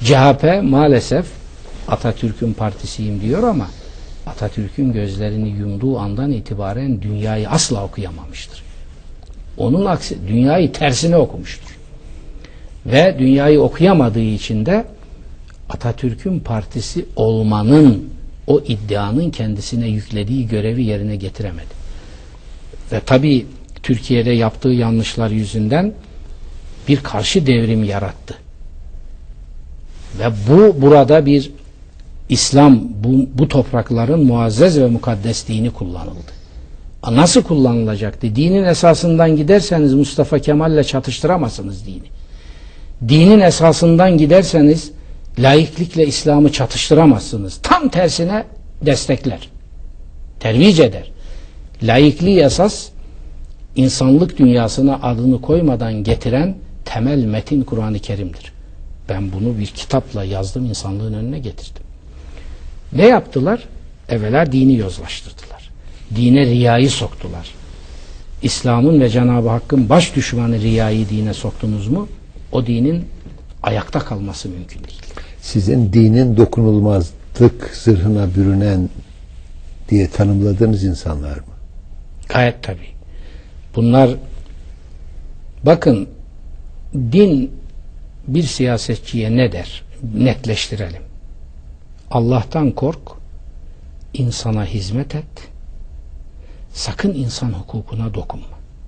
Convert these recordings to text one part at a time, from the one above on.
CHP maalesef Atatürk'ün partisiyim diyor ama Atatürk'ün gözlerini yumduğu andan itibaren dünyayı asla okuyamamıştır. Onun aksi dünyayı tersine okumuştur. Ve dünyayı okuyamadığı için de Atatürk'ün partisi olmanın, o iddianın kendisine yüklediği görevi yerine getiremedi. Ve tabii Türkiye'de yaptığı yanlışlar yüzünden bir karşı devrim yarattı. Ve burada bir İslam, bu toprakların muazzez ve mukaddes dini kullanıldı. Nasıl kullanılacaktı? Dinin esasından giderseniz Mustafa Kemal'le çatıştıramazsınız dini. Dinin esasından giderseniz laiklikle İslam'ı çatıştıramazsınız. Tam tersine destekler. Tervic eder. Laikliği esas insanlık dünyasına adını koymadan getiren temel metin Kur'an-ı Kerim'dir. Ben bunu bir kitapla yazdım, insanlığın önüne getirdim. Ne yaptılar? Evvela dini yozlaştırdılar. Dine riyayı soktular. İslam'ın ve Cenab-ı Hakk'ın baş düşmanı riyayı dine soktunuz mu, o dinin ayakta kalması mümkün değil. Sizin dinin dokunulmazlık zırhına bürünen diye tanımladığınız insanlar mı? Gayet tabii. Bunlar, bakın, din bir siyasetçiye ne der? Netleştirelim. Allah'tan kork, insana hizmet et, sakın insan hukukuna dokunma.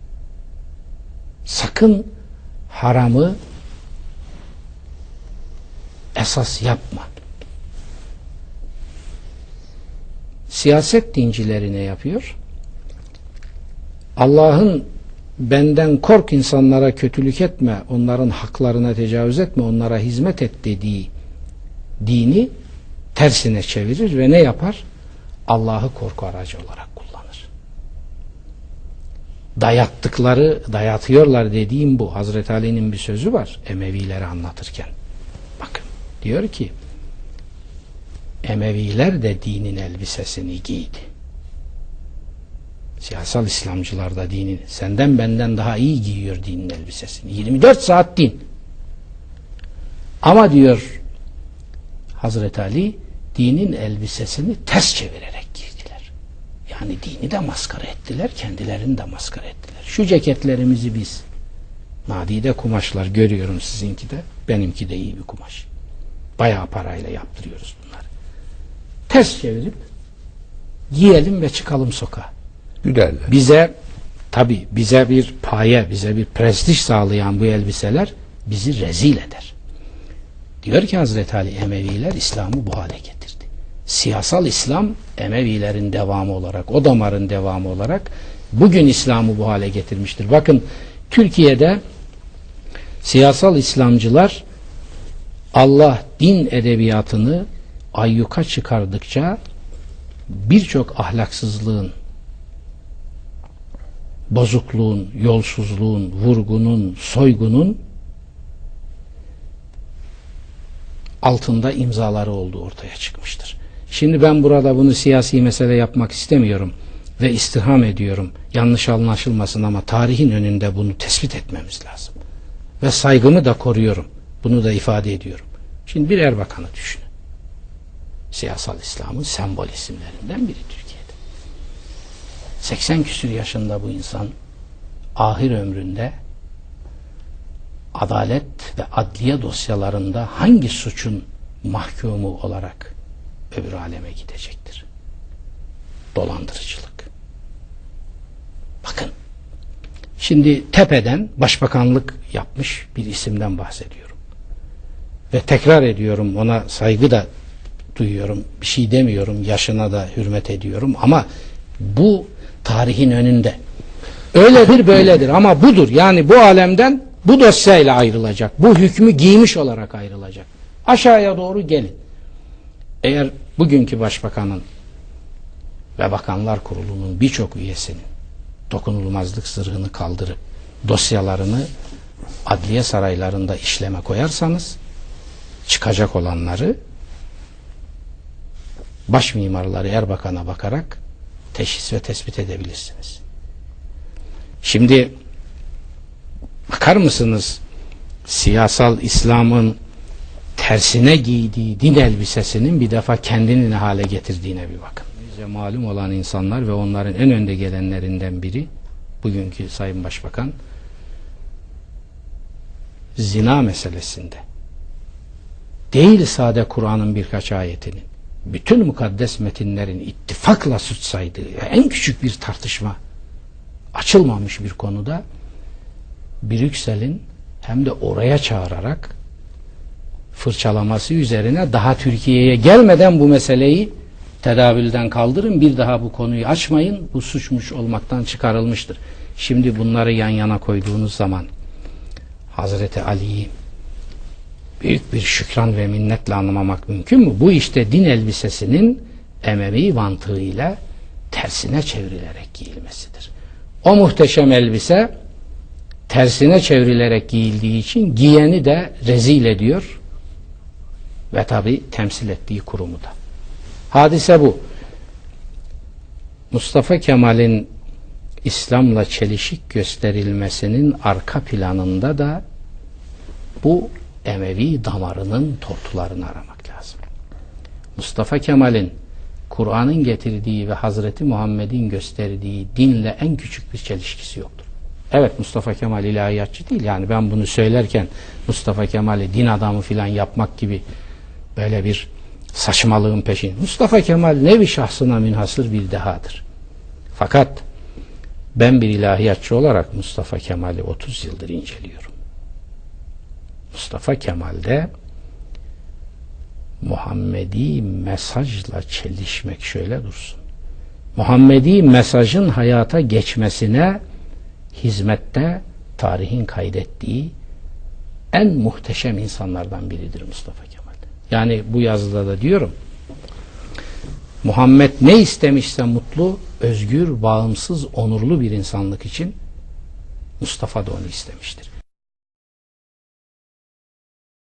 Sakın haramı esas yapma. Siyaset dincileri ne yapıyor? Allah'ın benden kork, insanlara kötülük etme, onların haklarına tecavüz etme, onlara hizmet et dediği dini tersine çevirir ve ne yapar? Allah'ı korku aracı olarak kullanır. Dayatıyorlar dediğim bu. Hazreti Ali'nin bir sözü var Emevileri anlatırken. Bakın, diyor ki Emeviler de dinin elbisesini giydi. Siyasal İslamcılar da dinin, senden benden daha iyi giyiyor dinin elbisesini. 24 saat din. Ama diyor Hazreti Ali, dinin elbisesini ters çevirerek giydiler. Yani dini de maskara ettiler, kendilerini de maskara ettiler. Şu ceketlerimizi biz, nadide kumaşlar görüyorum, sizinki de, benimki de iyi bir kumaş. Bayağı parayla yaptırıyoruz bunları. Ters çevirip giyelim ve çıkalım sokağa. Gülerler. Bize bir paye, bize bir prestij sağlayan bu elbiseler bizi rezil eder. Diyor ki Hazreti Ali, Emeviler İslam'ı bu hale getirdi. Siyasal İslam Emevilerin devamı olarak, o damarın devamı olarak bugün İslam'ı bu hale getirmiştir. Bakın, Türkiye'de siyasal İslamcılar Allah din edebiyatını ayyuka çıkardıkça birçok ahlaksızlığın, bozukluğun, yolsuzluğun, vurgunun, soygunun altında imzaları olduğu ortaya çıkmıştır. Şimdi ben burada bunu siyasi mesele yapmak istemiyorum ve istirham ediyorum. Yanlış anlaşılmasın ama tarihin önünde bunu tespit etmemiz lazım. Ve saygımı da koruyorum. Bunu da ifade ediyorum. Şimdi bir Erbakan'ı düşünün. Siyasal İslam'ın sembol isimlerinden biri Türkiye'de. 80 küsur yaşında bu insan ahir ömründe adalet ve adliye dosyalarında hangi suçun mahkumu olarak öbür aleme gidecektir? Dolandırıcılık. Bakın, şimdi tepeden başbakanlık yapmış bir isimden bahsediyorum. Ve tekrar ediyorum, ona saygı da duyuyorum, bir şey demiyorum, yaşına da hürmet ediyorum ama bu tarihin önünde. Öyledir, böyledir ama budur. Yani bu alemden bu dosyayla ayrılacak. Bu hükmü giymiş olarak ayrılacak. Aşağıya doğru gelin. Eğer bugünkü başbakanın ve bakanlar kurulunun birçok üyesinin dokunulmazlık zırhını kaldırıp dosyalarını adliye saraylarında işleme koyarsanız çıkacak olanları baş mimarları Erbakan'a bakarak teşhis ve tespit edebilirsiniz. Şimdi bakar mısınız, siyasal İslam'ın tersine giydiği din elbisesinin bir defa kendini ne hale getirdiğine bir bakın. Bize malum olan insanlar ve onların en önde gelenlerinden biri bugünkü Sayın Başbakan zina meselesinde değil sade Kur'an'ın birkaç ayetinin, bütün mukaddes metinlerin ittifakla suç saydığı en küçük bir tartışma açılmamış bir konuda Brüksel'in hem de oraya çağırarak fırçalaması üzerine daha Türkiye'ye gelmeden bu meseleyi tedavülden kaldırın, bir daha bu konuyu açmayın, bu suçmuş olmaktan çıkarılmıştır. Şimdi bunları yan yana koyduğunuz zaman Hazreti Ali'yi büyük bir şükran ve minnetle anlamamak mümkün mü? Bu işte din elbisesinin Emevi mantığıyla tersine çevrilerek giyilmesidir. O muhteşem elbise tersine çevrilerek giyildiği için giyeni de rezil ediyor ve tabi temsil ettiği kurumu da. Hadise bu. Mustafa Kemal'in İslam'la çelişik gösterilmesinin arka planında da bu Emevi damarının tortularını aramak lazım. Mustafa Kemal'in Kur'an'ın getirdiği ve Hazreti Muhammed'in gösterdiği dinle en küçük bir çelişkisi yoktur. Evet, Mustafa Kemal ilahiyatçı değil. Yani ben bunu söylerken Mustafa Kemal'i din adamı filan yapmak gibi böyle bir saçmalığın peşin. Mustafa Kemal nevi şahsına münhasır bir dehadır. Fakat ben bir ilahiyatçı olarak Mustafa Kemal'i 30 yıldır inceliyorum. Mustafa Kemal'de Muhammedi mesajla çelişmek şöyle dursun. Muhammedi mesajın hayata geçmesine hizmette tarihin kaydettiği en muhteşem insanlardan biridir Mustafa Kemal. Yani bu yazıda da diyorum, Muhammed ne istemişse mutlu, özgür, bağımsız, onurlu bir insanlık için Mustafa da onu istemiştir.